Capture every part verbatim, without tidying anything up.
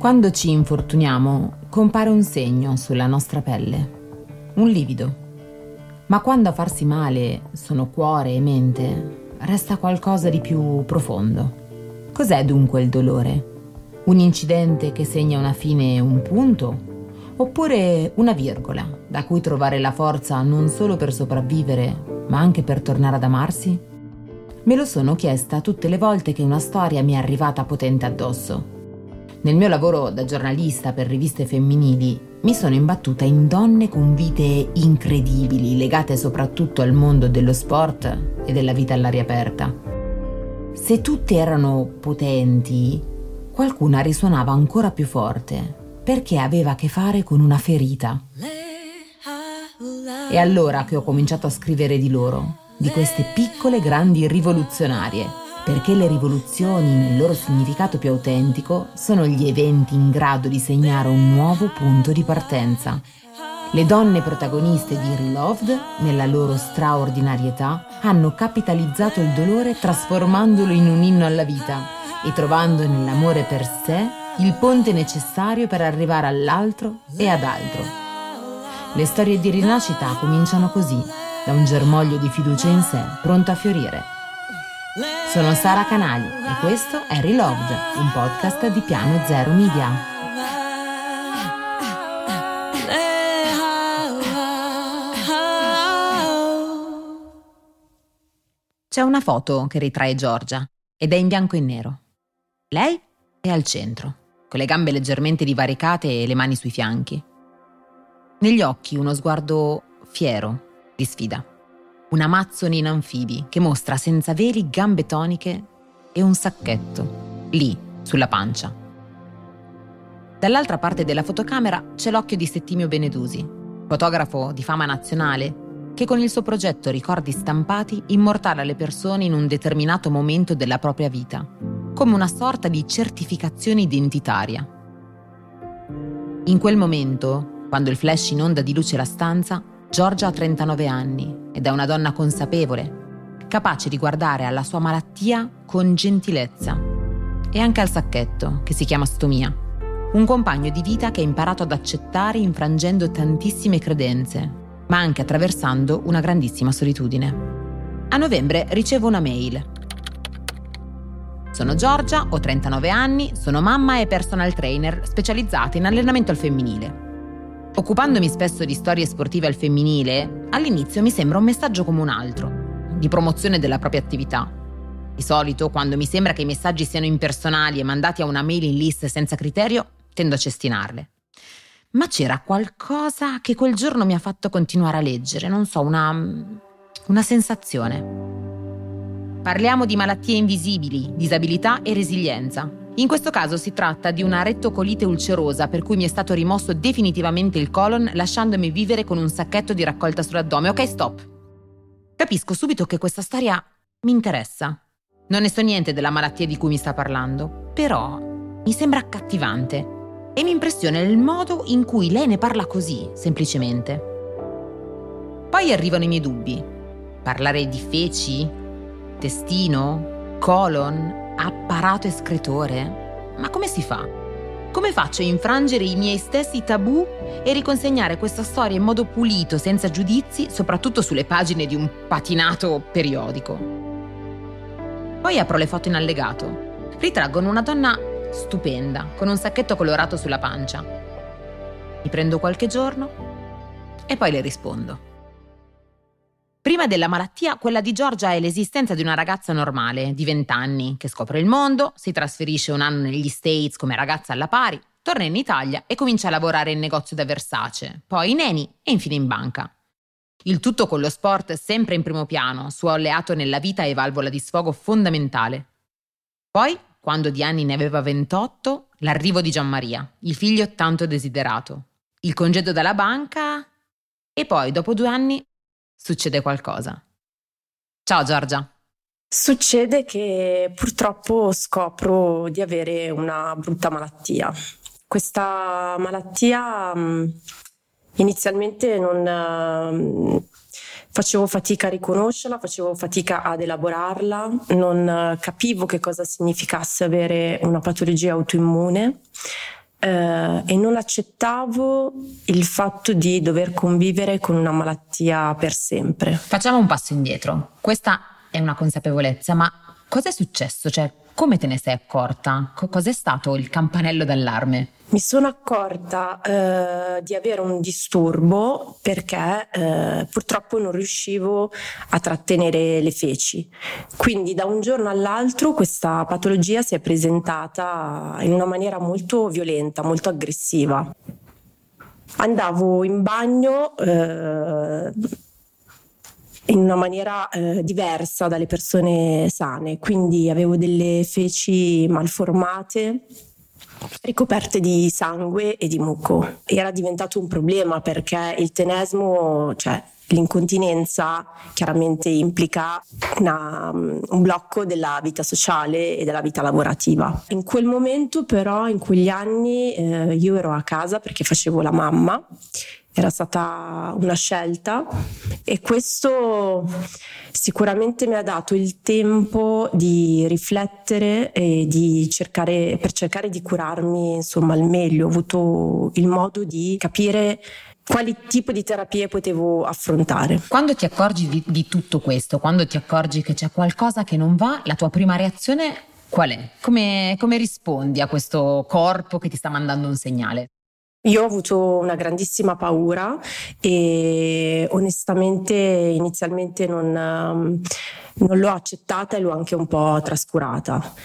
Quando ci infortuniamo, compare un segno sulla nostra pelle, un livido. Ma quando a farsi male sono cuore e mente, resta qualcosa di più profondo. Cos'è dunque il dolore? Un incidente che segna una fine e un punto? Oppure una virgola da cui trovare la forza non solo per sopravvivere, ma anche per tornare ad amarsi? Me lo sono chiesta tutte le volte che una storia mi è arrivata potente addosso. Nel mio lavoro da giornalista per riviste femminili mi sono imbattuta in donne con vite incredibili, legate soprattutto al mondo dello sport e della vita all'aria aperta. Se tutte erano potenti, qualcuna risuonava ancora più forte, perché aveva a che fare con una ferita. È allora che ho cominciato a scrivere di loro, di queste piccole grandi rivoluzionarie, perché le rivoluzioni, nel loro significato più autentico, sono gli eventi in grado di segnare un nuovo punto di partenza. Le donne protagoniste di Reloved, nella loro straordinarietà, hanno capitalizzato il dolore trasformandolo in un inno alla vita e trovando nell'amore per sé il ponte necessario per arrivare all'altro e ad altro. Le storie di rinascita cominciano così, da un germoglio di fiducia in sé, pronto a fiorire. Sono Sara Canali e questo è Reloved, un podcast di Piano Zero Media. C'è una foto che ritrae Giorgia ed è in bianco e nero. Lei è al centro, con le gambe leggermente divaricate e le mani sui fianchi. Negli occhi uno sguardo fiero, di sfida. Una Amazone in anfibi che mostra senza veli gambe toniche e un sacchetto, lì, sulla pancia. Dall'altra parte della fotocamera c'è l'occhio di Settimio Benedusi, fotografo di fama nazionale, che con il suo progetto Ricordi Stampati immortala le persone in un determinato momento della propria vita, come una sorta di certificazione identitaria. In quel momento, quando il flash inonda di luce la stanza, Giorgia ha trentanove anni ed è una donna consapevole, capace di guardare alla sua malattia con gentilezza e anche al sacchetto, che si chiama stomia, un compagno di vita che ha imparato ad accettare infrangendo tantissime credenze, ma anche attraversando una grandissima solitudine. A novembre ricevo una mail. Sono Giorgia, ho trentanove anni, sono mamma e personal trainer specializzata in allenamento al femminile. Occupandomi spesso di storie sportive al femminile, all'inizio mi sembra un messaggio come un altro, di promozione della propria attività. Di solito, quando mi sembra che i messaggi siano impersonali e mandati a una mailing list senza criterio, tendo a cestinarle. Ma c'era qualcosa che quel giorno mi ha fatto continuare a leggere, non so, una... una sensazione. Parliamo di malattie invisibili, disabilità e resilienza. In questo caso si tratta di una rettocolite ulcerosa per cui mi è stato rimosso definitivamente il colon lasciandomi vivere con un sacchetto di raccolta sull'addome. Ok, stop. Capisco subito che questa storia mi interessa. Non ne so niente della malattia di cui mi sta parlando, però mi sembra accattivante e mi impressiona il modo in cui lei ne parla così, semplicemente. Poi arrivano i miei dubbi. Parlare di feci, intestino, colon, apparato escretore? Ma come si fa? Come faccio a infrangere i miei stessi tabù e riconsegnare questa storia in modo pulito, senza giudizi, soprattutto sulle pagine di un patinato periodico? Poi apro le foto in allegato. Ritraggono una donna stupenda, con un sacchetto colorato sulla pancia. Mi prendo qualche giorno e poi le rispondo. Prima della malattia, quella di Giorgia è l'esistenza di una ragazza normale, di venti anni, che scopre il mondo, si trasferisce un anno negli States come ragazza alla pari, torna in Italia e comincia a lavorare in negozio da Versace, poi in Eni e infine in banca. Il tutto con lo sport sempre in primo piano, suo alleato nella vita e valvola di sfogo fondamentale. Poi, quando di anni ne aveva ventotto, l'arrivo di Gianmaria, il figlio tanto desiderato, il congedo dalla banca e poi, dopo due anni, succede qualcosa. Ciao Giorgia. Succede che purtroppo scopro di avere una brutta malattia. Questa malattia mh, inizialmente non mh, facevo fatica a riconoscerla, facevo fatica ad elaborarla, non uh, capivo che cosa significasse avere una patologia autoimmune. eh, e non accettavo il fatto di dover convivere con una malattia per sempre. Facciamo un passo indietro. Questa è una consapevolezza, ma cosa è successo? Cioè, come te ne sei accorta? Co- cos'è stato il campanello d'allarme? Mi sono accorta eh, di avere un disturbo perché eh, purtroppo non riuscivo a trattenere le feci. Quindi da un giorno all'altro questa patologia si è presentata in una maniera molto violenta, molto aggressiva. Andavo in bagno eh, in una maniera eh, diversa dalle persone sane, quindi avevo delle feci malformate, ricoperte di sangue e di muco. Era diventato un problema perché il tenesmo, cioè l'incontinenza, chiaramente implica una, un blocco della vita sociale e della vita lavorativa. In quel momento però, in quegli anni, eh, io ero a casa perché facevo la mamma. Era stata una scelta e questo sicuramente mi ha dato il tempo di riflettere e di cercare, per cercare di curarmi insomma al meglio. Ho avuto il modo di capire quali tipo di terapie potevo affrontare. Quando ti accorgi di, di tutto questo, quando ti accorgi che c'è qualcosa che non va, la tua prima reazione qual è? Come, come rispondi a questo corpo che ti sta mandando un segnale? Io ho avuto una grandissima paura e onestamente inizialmente non, non l'ho accettata e l'ho anche un po' trascurata.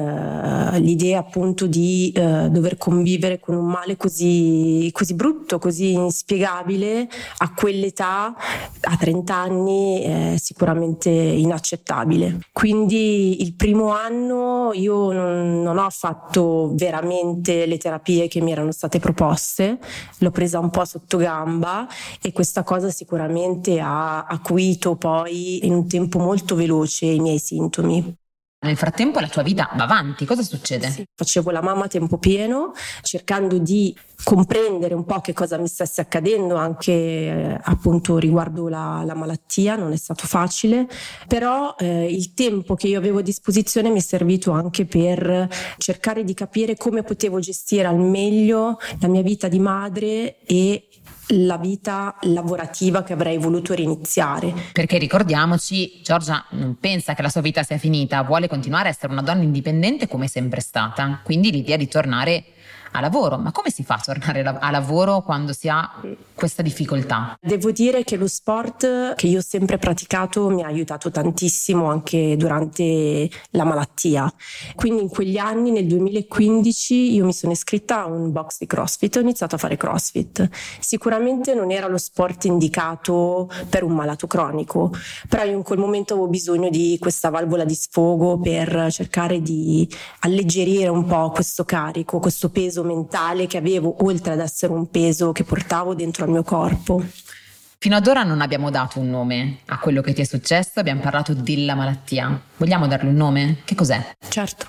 Eh, l'idea appunto di eh, dover convivere con un male così, così brutto, così inspiegabile a quell'età, a trenta anni, è sicuramente inaccettabile. Quindi il primo anno io non, non ho fatto veramente le terapie che mi erano state proposte. L'ho presa un po' sotto gamba e questa cosa sicuramente ha acuito poi in un tempo molto veloce i miei sintomi. Nel frattempo la tua vita va avanti, cosa succede? Sì, facevo la mamma a tempo pieno, cercando di comprendere un po' che cosa mi stesse accadendo anche eh, appunto riguardo la, la malattia. Non è stato facile, però eh, il tempo che io avevo a disposizione mi è servito anche per cercare di capire come potevo gestire al meglio la mia vita di madre e la vita lavorativa che avrei voluto riniziare. Perché ricordiamoci, Giorgia non pensa che la sua vita sia finita, vuole continuare a essere una donna indipendente come è sempre stata, quindi l'idea di tornare a lavoro. Ma come si fa a tornare a lavoro quando si ha questa difficoltà? Devo dire che lo sport che io ho sempre praticato mi ha aiutato tantissimo anche durante la malattia. Quindi in quegli anni, nel duemilaquindici, io mi sono iscritta a un box di CrossFit e ho iniziato a fare CrossFit. Sicuramente non era lo sport indicato per un malato cronico, però io in quel momento avevo bisogno di questa valvola di sfogo per cercare di alleggerire un po' questo carico, questo peso mentale che avevo, oltre ad essere un peso che portavo dentro al mio corpo. Fino ad ora non abbiamo dato un nome a quello che ti è successo, abbiamo parlato della malattia. Vogliamo darle un nome? Che cos'è? Certo,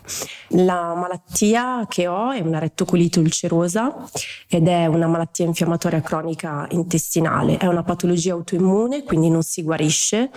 la malattia che ho è una rettocolite ulcerosa ed è una malattia infiammatoria cronica intestinale. È una patologia autoimmune, quindi non si guarisce,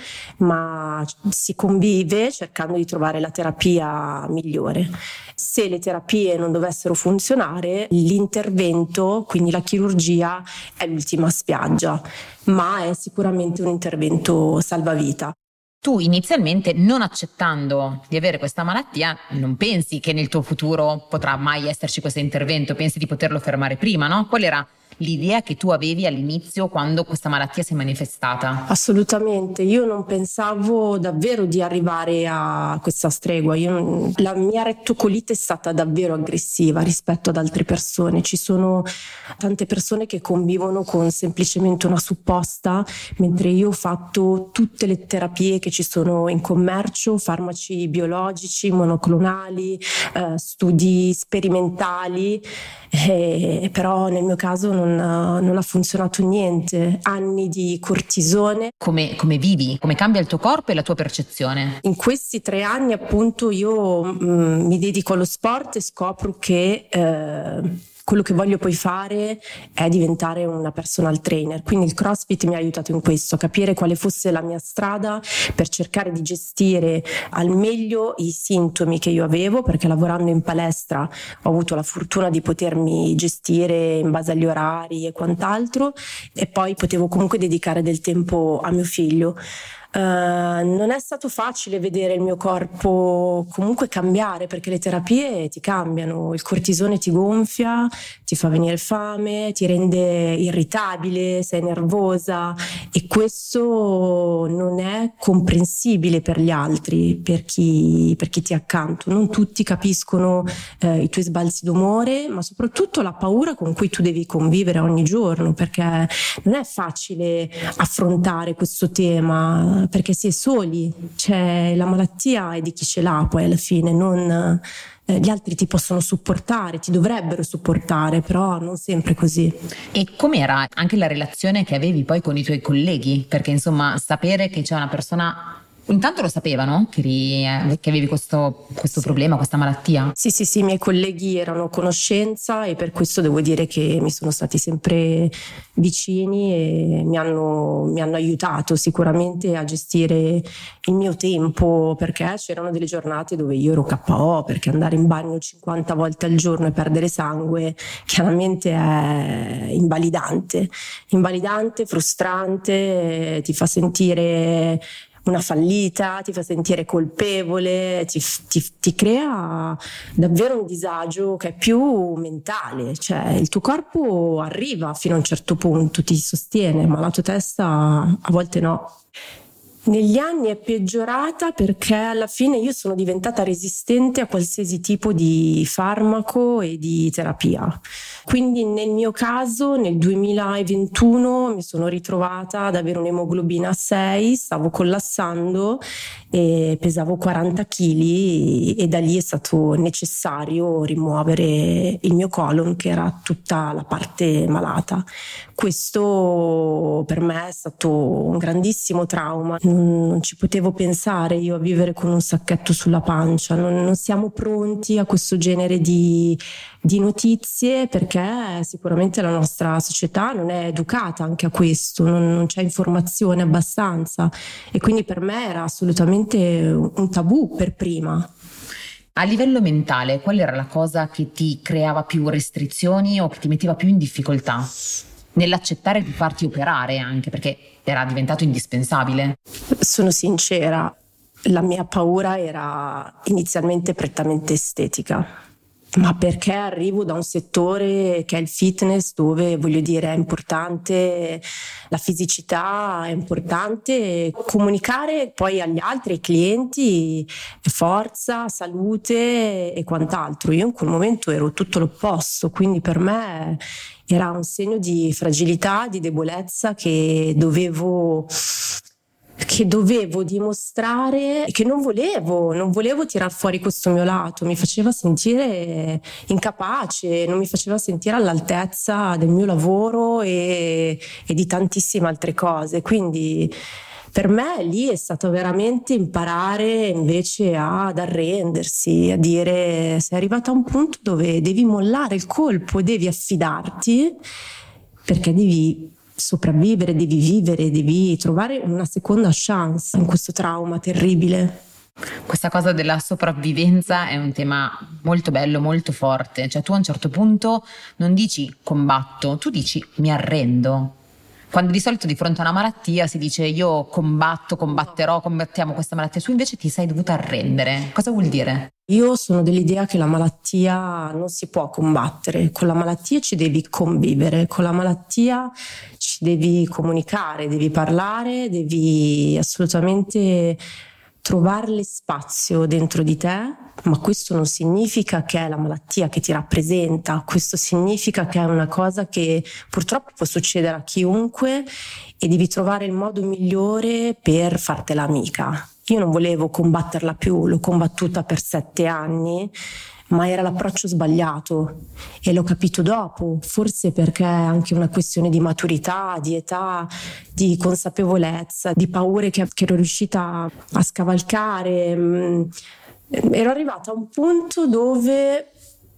ma si convive cercando di trovare la terapia migliore. Se le terapie non dovessero funzionare, l'intervento, quindi la chirurgia, è l'ultima spiaggia, ma è sicuramente un intervento salvavita. Tu inizialmente, non accettando di avere questa malattia, non pensi che nel tuo futuro potrà mai esserci questo intervento, pensi di poterlo fermare prima, no? Qual era l'idea che tu avevi all'inizio quando questa malattia si è manifestata? Assolutamente, io non pensavo davvero di arrivare a questa stregua. Io, la mia rettocolite è stata davvero aggressiva rispetto ad altre persone. Ci sono tante persone che convivono con semplicemente una supposta, mentre io ho fatto tutte le terapie che ci sono in commercio, farmaci biologici, monoclonali, eh, studi sperimentali, eh, però nel mio caso non Non, non ha funzionato niente. Anni di cortisone. Come, come vivi? Come cambia il tuo corpo e la tua percezione? In questi tre anni appunto io mh, mi dedico allo sport e scopro che eh, quello che voglio poi fare è diventare una personal trainer, quindi il CrossFit mi ha aiutato in questo, a capire quale fosse la mia strada per cercare di gestire al meglio i sintomi che io avevo, perché lavorando in palestra ho avuto la fortuna di potermi gestire in base agli orari e quant'altro, e poi potevo comunque dedicare del tempo a mio figlio. Uh, non è stato facile vedere il mio corpo comunque cambiare, perché le terapie ti cambiano, il cortisone ti gonfia, ti fa venire fame, ti rende irritabile, sei nervosa, e questo non è comprensibile per gli altri, per chi, per chi ti è accanto. Non tutti capiscono eh, i tuoi sbalzi d'umore, ma soprattutto la paura con cui tu devi convivere ogni giorno, perché non è facile affrontare questo tema, perché si è soli, cioè la malattia è di chi ce l'ha poi alla fine, non eh, gli altri ti possono supportare, ti dovrebbero supportare, però non sempre così. E com'era anche la relazione che avevi poi con i tuoi colleghi? Perché insomma sapere che c'è una persona... Intanto lo sapevano che, eri, che avevi questo, questo problema, questa malattia? Sì, sì, sì, i miei colleghi erano a conoscenza, e per questo devo dire che mi sono stati sempre vicini e mi hanno, mi hanno aiutato sicuramente a gestire il mio tempo, perché c'erano delle giornate dove io ero K O, perché andare in bagno cinquanta volte al giorno e perdere sangue chiaramente è invalidante, invalidante, frustrante, ti fa sentire una fallita, ti fa sentire colpevole, ti, ti, ti crea davvero un disagio che è più mentale, cioè il tuo corpo arriva fino a un certo punto, ti sostiene, ma la tua testa a volte no. Negli anni è peggiorata perché alla fine io sono diventata resistente a qualsiasi tipo di farmaco e di terapia. Quindi nel mio caso nel duemilaventuno mi sono ritrovata ad avere un'emoglobina a sei, stavo collassando e pesavo quaranta chili, e da lì è stato necessario rimuovere il mio colon, che era tutta la parte malata. Questo per me è stato un grandissimo trauma. Non ci potevo pensare io a vivere con un sacchetto sulla pancia, non, non siamo pronti a questo genere di, di notizie, perché sicuramente la nostra società non è educata anche a questo, non, non c'è informazione abbastanza, e quindi per me era assolutamente un tabù per prima. A livello mentale, qual era la cosa che ti creava più restrizioni o che ti metteva più in difficoltà nell'accettare di farti operare, anche perché era diventato indispensabile? Sono sincera, la mia paura era inizialmente prettamente estetica, ma perché arrivo da un settore che è il fitness, dove voglio dire è importante la fisicità, è importante comunicare poi agli altri, ai clienti, forza, salute e quant'altro. Io in quel momento ero tutto l'opposto, quindi per me era un segno di fragilità, di debolezza che dovevo che dovevo dimostrare, che non volevo, non volevo tirar fuori questo mio lato, mi faceva sentire incapace, non mi faceva sentire all'altezza del mio lavoro e, e di tantissime altre cose. Quindi per me lì è stato veramente imparare invece ad arrendersi, a dire sei arrivata a un punto dove devi mollare il colpo, devi affidarti, perché devi sopravvivere, devi vivere, devi trovare una seconda chance in questo trauma terribile. Questa cosa della sopravvivenza è un tema molto bello, molto forte. Cioè tu a un certo punto non dici combatto, tu dici mi arrendo. Quando di solito di fronte a una malattia si dice io combatto, combatterò, combattiamo questa malattia, tu invece ti sei dovuta arrendere. Cosa vuol dire? Io sono dell'idea che la malattia non si può combattere, con la malattia ci devi convivere, con la malattia ci devi comunicare, devi parlare, devi assolutamente trovarle spazio dentro di te, ma questo non significa che è la malattia che ti rappresenta, questo significa che è una cosa che purtroppo può succedere a chiunque e devi trovare il modo migliore per fartela amica. Io non volevo combatterla più, l'ho combattuta per sette anni, ma era l'approccio sbagliato e l'ho capito dopo, forse perché è anche una questione di maturità, di età, di consapevolezza, di paure che, che ero riuscita a scavalcare. Ero arrivata a un punto dove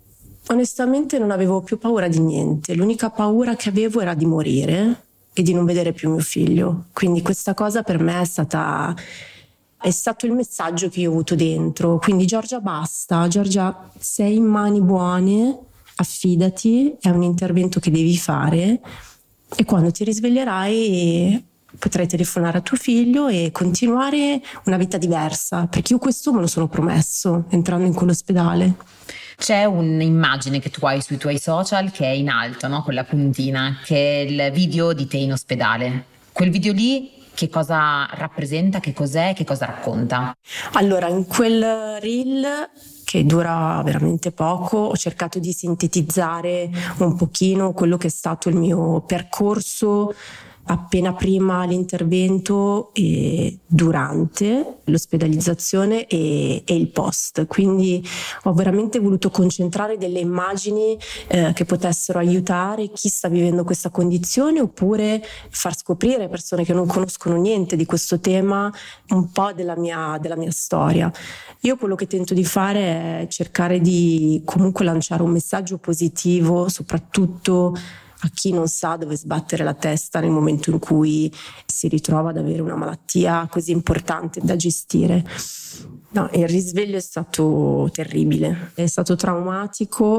Onestamente non avevo più paura di niente, l'unica paura che avevo era di morire e di non vedere più mio figlio, quindi questa cosa per me è stata è stato il messaggio che io ho avuto dentro, quindi Giorgia basta, Giorgia sei in mani buone, affidati, è un intervento che devi fare e quando ti risveglierai potrai telefonare a tuo figlio e continuare una vita diversa, perché io questo me lo sono promesso entrando in quell'ospedale. C'è un'immagine che tu hai sui tuoi social che è in alto, no? Con la puntina, che è il video di te in ospedale. Quel video lì che cosa rappresenta, che cos'è, che cosa racconta? Allora, in quel reel che dura veramente poco ho cercato di sintetizzare un pochino quello che è stato il mio percorso appena prima l'intervento e durante l'ospedalizzazione e, e il post, quindi ho veramente voluto concentrare delle immagini eh, che potessero aiutare chi sta vivendo questa condizione oppure far scoprire a persone che non conoscono niente di questo tema un po' della mia, della mia storia. Io quello che tento di fare è cercare di comunque lanciare un messaggio positivo, soprattutto a chi non sa dove sbattere la testa nel momento in cui si ritrova ad avere una malattia così importante da gestire. No, il risveglio è stato terribile, è stato traumatico,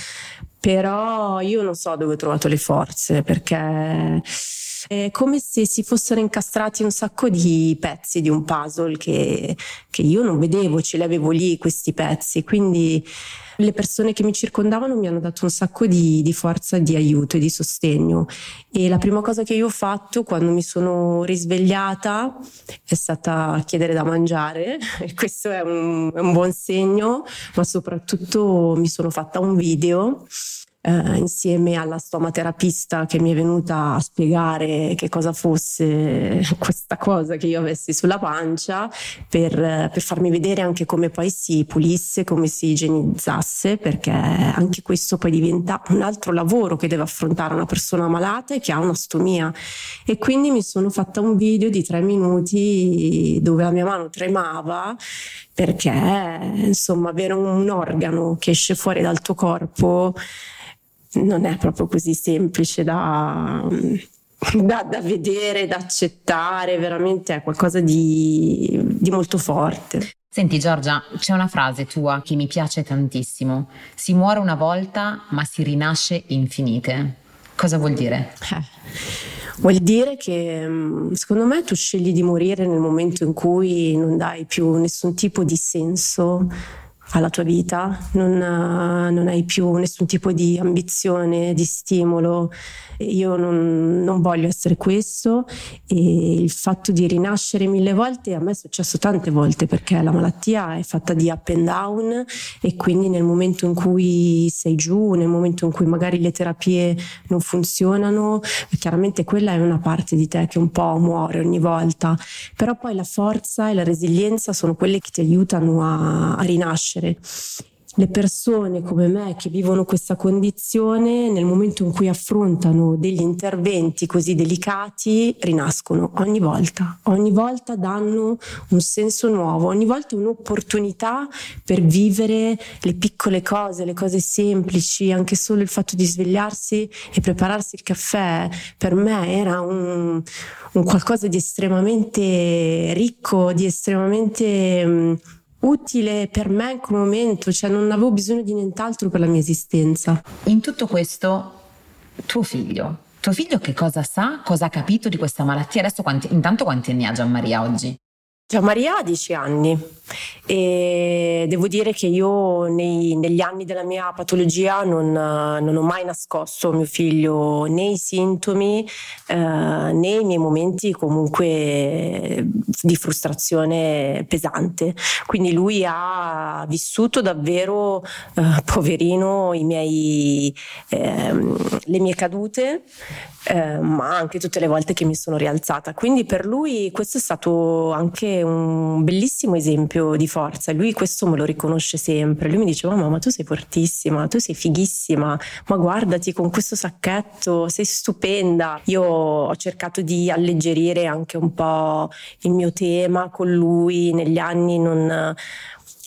però io non so dove ho trovato le forze, perché è come se si fossero incastrati un sacco di pezzi di un puzzle che, che io non vedevo, ce li avevo lì questi pezzi, quindi le persone che mi circondavano mi hanno dato un sacco di, di forza, di aiuto e di sostegno e la prima cosa che io ho fatto quando mi sono risvegliata è stata chiedere da mangiare e questo è un, è un buon segno, ma soprattutto mi sono fatta un video Uh, insieme alla stomaterapista che mi è venuta a spiegare che cosa fosse questa cosa che io avessi sulla pancia per, per farmi vedere anche come poi si pulisse, come si igienizzasse, perché anche questo poi diventa un altro lavoro che deve affrontare una persona malata e che ha una stomia. E quindi mi sono fatta un video di tre minuti dove la mia mano tremava, perché insomma avere un organo che esce fuori dal tuo corpo non è proprio così semplice da, da, da vedere, da accettare, veramente è qualcosa di, di molto forte. Senti Giorgia, c'è una frase tua che mi piace tantissimo: si muore una volta ma si rinasce infinite. Cosa vuol dire? Eh, vuol dire che secondo me tu scegli di morire nel momento in cui non dai più nessun tipo di senso alla tua vita, non, non hai più nessun tipo di ambizione, di stimolo. Io non, non voglio essere questo e il fatto di rinascere mille volte a me è successo tante volte, perché la malattia è fatta di up and down e quindi nel momento in cui sei giù, nel momento in cui magari le terapie non funzionano, chiaramente quella è una parte di te che un po' muore ogni volta, però poi la forza e la resilienza sono quelle che ti aiutano a, a rinascere. Le persone come me che vivono questa condizione, nel momento in cui affrontano degli interventi così delicati, rinascono ogni volta, ogni volta danno un senso nuovo, ogni volta un'opportunità per vivere le piccole cose, le cose semplici, anche solo il fatto di svegliarsi e prepararsi il caffè, per me era un, un qualcosa di estremamente ricco, di estremamente mh, utile per me in quel momento, cioè non avevo bisogno di nient'altro per la mia esistenza. In tutto questo, tuo figlio, tuo figlio che cosa sa, cosa ha capito di questa malattia? Adesso quanti, intanto quanti anni ha Gianmaria oggi? Gianmaria ha dieci anni e devo dire che io nei, negli anni della mia patologia non, non ho mai nascosto a mio figlio né i sintomi eh, né i miei momenti comunque di frustrazione pesante, quindi lui ha vissuto davvero eh, poverino i miei, eh, le mie cadute, eh, ma anche tutte le volte che mi sono rialzata, quindi per lui questo è stato anche un bellissimo esempio di forza. Lui questo me lo riconosce sempre, lui mi dice: mamma, ma tu sei fortissima, tu sei fighissima, ma guardati con questo sacchetto, sei stupenda. Io ho cercato di alleggerire anche un po' il mio tema con lui negli anni, non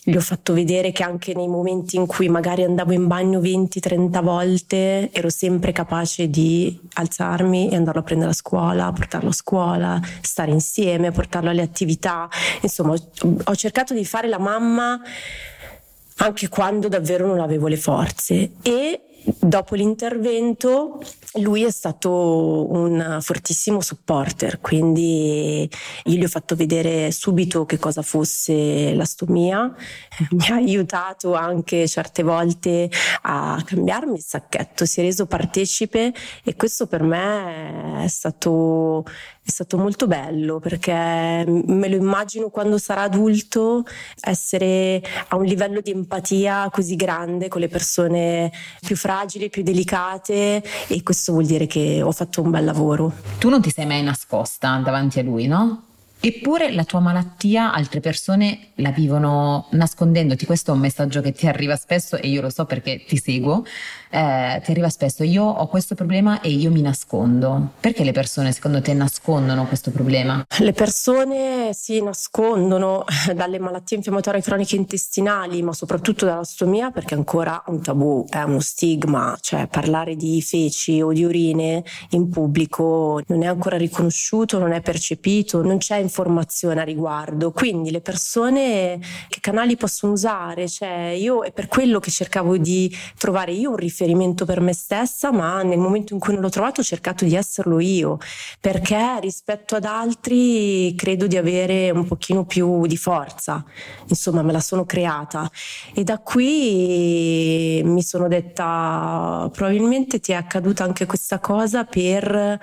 Gli ho fatto vedere che anche nei momenti in cui magari andavo in bagno venti trenta volte ero sempre capace di alzarmi e andarlo a prendere a scuola, portarlo a scuola, stare insieme, portarlo alle attività. Insomma, ho cercato di fare la mamma anche quando davvero non avevo le forze. E dopo l'intervento lui è stato un fortissimo supporter, quindi io gli ho fatto vedere subito che cosa fosse la stomia, mi ha aiutato anche certe volte a cambiarmi il sacchetto, si è reso partecipe, e questo per me è stato, è stato molto bello, perché me lo immagino quando sarà adulto essere a un livello di empatia così grande con le persone più fragili, più delicate, e questo vuol dire che ho fatto un bel lavoro. Tu non ti sei mai nascosta davanti a lui, no? Eppure la tua malattia altre persone la vivono nascondendoti. Questo è un messaggio che ti arriva spesso, e io lo so perché ti seguo. Eh, ti arriva spesso: io ho questo problema e io mi nascondo. Perché le persone secondo te nascondono questo problema? Le persone si nascondono dalle malattie infiammatorie croniche intestinali, ma soprattutto dalla stomia, perché è ancora un tabù, è uno stigma, cioè parlare di feci o di urine in pubblico non è ancora riconosciuto, non è percepito, non c'è informazione a riguardo. Quindi le persone che canali possono usare? Cioè io è per quello che cercavo di trovare io un riferimento per me stessa, ma nel momento in cui non l'ho trovato ho cercato di esserlo io, perché rispetto ad altri credo di avere un pochino più di forza, insomma me la sono creata, e da qui mi sono detta probabilmente ti è accaduta anche questa cosa per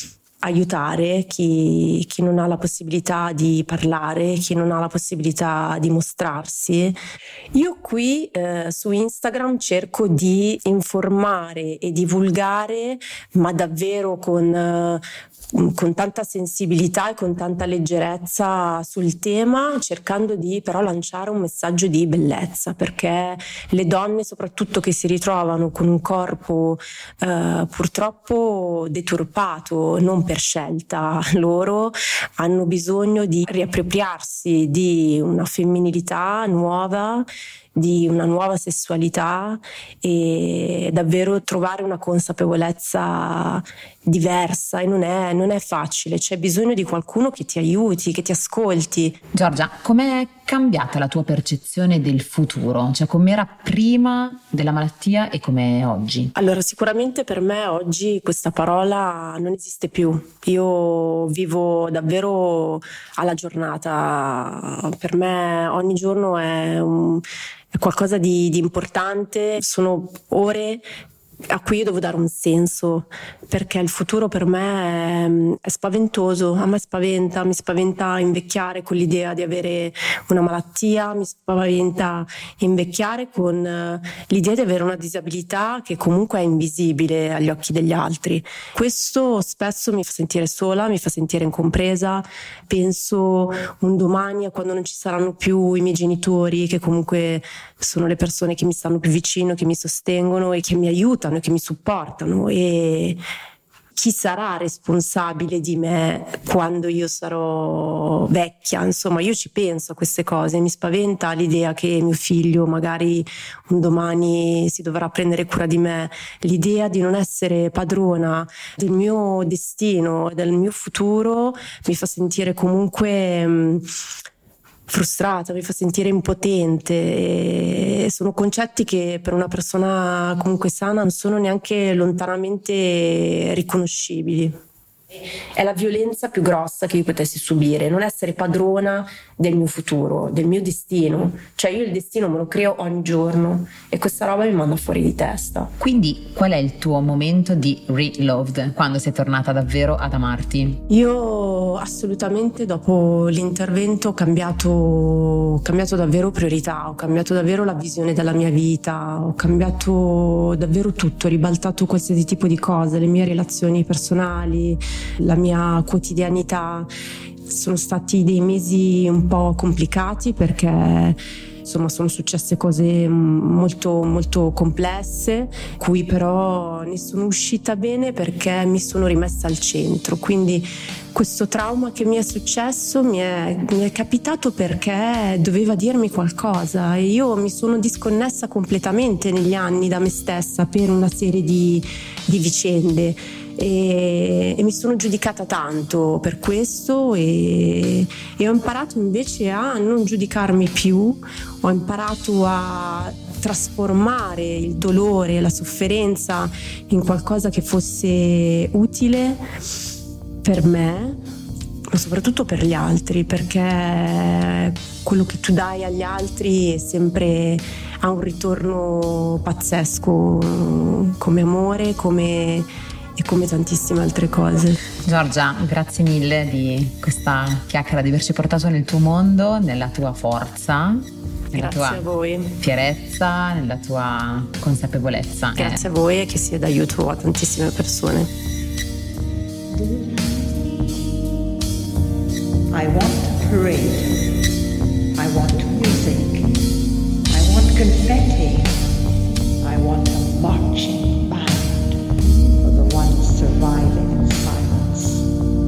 aiutare chi, chi non ha la possibilità di parlare, chi non ha la possibilità di mostrarsi. Io qui eh, su Instagram cerco di informare e divulgare, ma davvero con eh, con tanta sensibilità e con tanta leggerezza sul tema, cercando di però lanciare un messaggio di bellezza, perché le donne soprattutto che si ritrovano con un corpo eh, purtroppo deturpato, non per scelta loro, hanno bisogno di riappropriarsi di una femminilità nuova, di una nuova sessualità, e davvero trovare una consapevolezza diversa, e non è, non è facile, c'è bisogno di qualcuno che ti aiuti, che ti ascolti. Giorgia, com'è cambiata la tua percezione del futuro? Cioè com'era prima della malattia e com'è oggi? Allora, sicuramente per me oggi questa parola non esiste più. Io vivo davvero alla giornata, per me ogni giorno è un è qualcosa di, di importante, sono ore a cui io devo dare un senso, perché il futuro per me è, è spaventoso, a me spaventa, mi spaventa invecchiare con l'idea di avere una malattia, mi spaventa invecchiare con l'idea di avere una disabilità che comunque è invisibile agli occhi degli altri. Questo spesso mi fa sentire sola, mi fa sentire incompresa, penso un domani a quando non ci saranno più i miei genitori, che comunque sono le persone che mi stanno più vicino, che mi sostengono e che mi aiutano, che mi supportano, e chi sarà responsabile di me quando io sarò vecchia. Insomma, io ci penso a queste cose, mi spaventa l'idea che mio figlio magari un domani si dovrà prendere cura di me, l'idea di non essere padrona del mio destino, del mio futuro, mi fa sentire comunque mh, frustrata, mi fa sentire impotente, e sono concetti che per una persona comunque sana non sono neanche lontanamente riconoscibili. È la violenza più grossa che io potessi subire, non essere padrona del mio futuro, del mio destino. Cioè io il destino me lo creo ogni giorno, e questa roba mi manda fuori di testa. Quindi qual è il tuo momento di re-loved, quando sei tornata davvero ad amarti? Io assolutamente dopo l'intervento ho cambiato, ho cambiato davvero priorità, ho cambiato davvero la visione della mia vita, ho cambiato davvero tutto, ho ribaltato qualsiasi tipo di cose, le mie relazioni personali, la mia quotidianità. Sono stati dei mesi un po' complicati, perché insomma sono successe cose molto molto complesse, cui però ne sono uscita bene perché mi sono rimessa al centro. Quindi questo trauma che mi è successo mi è, mi è capitato perché doveva dirmi qualcosa e io mi sono disconnessa completamente negli anni da me stessa per una serie di, di vicende e, e mi sono giudicata tanto per questo e, e ho imparato invece a non giudicarmi più, ho imparato a trasformare il dolore, la sofferenza in qualcosa che fosse utile per me, ma soprattutto per gli altri, perché quello che tu dai agli altri è sempre ha un ritorno pazzesco, come amore, come e come tantissime altre cose. Giorgia, grazie mille di questa chiacchiera, di averci portato nel tuo mondo, nella tua forza, nella grazie tua a voi. fierezza, nella tua consapevolezza. Grazie eh. a voi e che sia d'aiuto a tantissime persone. I want parade. I want music. I want confetti. I want a marching band for the ones surviving in silence.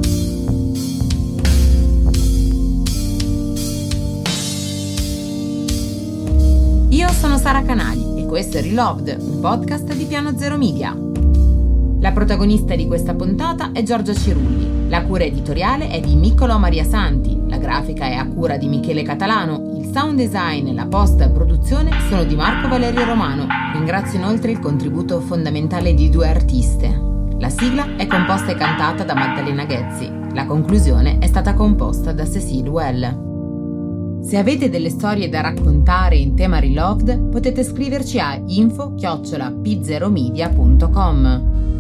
Io sono Sara Canali e questo è Reloved, un podcast di Piano Zero Media. La protagonista di questa puntata è Giorgia Cirulli. La cura editoriale è di Niccolò Maria Santi, la grafica è a cura di Michele Catalano, il sound design e la post-produzione sono di Marco Valerio Romano. Ringrazio inoltre il contributo fondamentale di due artiste. La sigla è composta e cantata da Maddalena Ghezzi. La conclusione è stata composta da Cecile Well. Se avete delle storie da raccontare in tema Reloved, potete scriverci a info chiocciola p zero media punto com.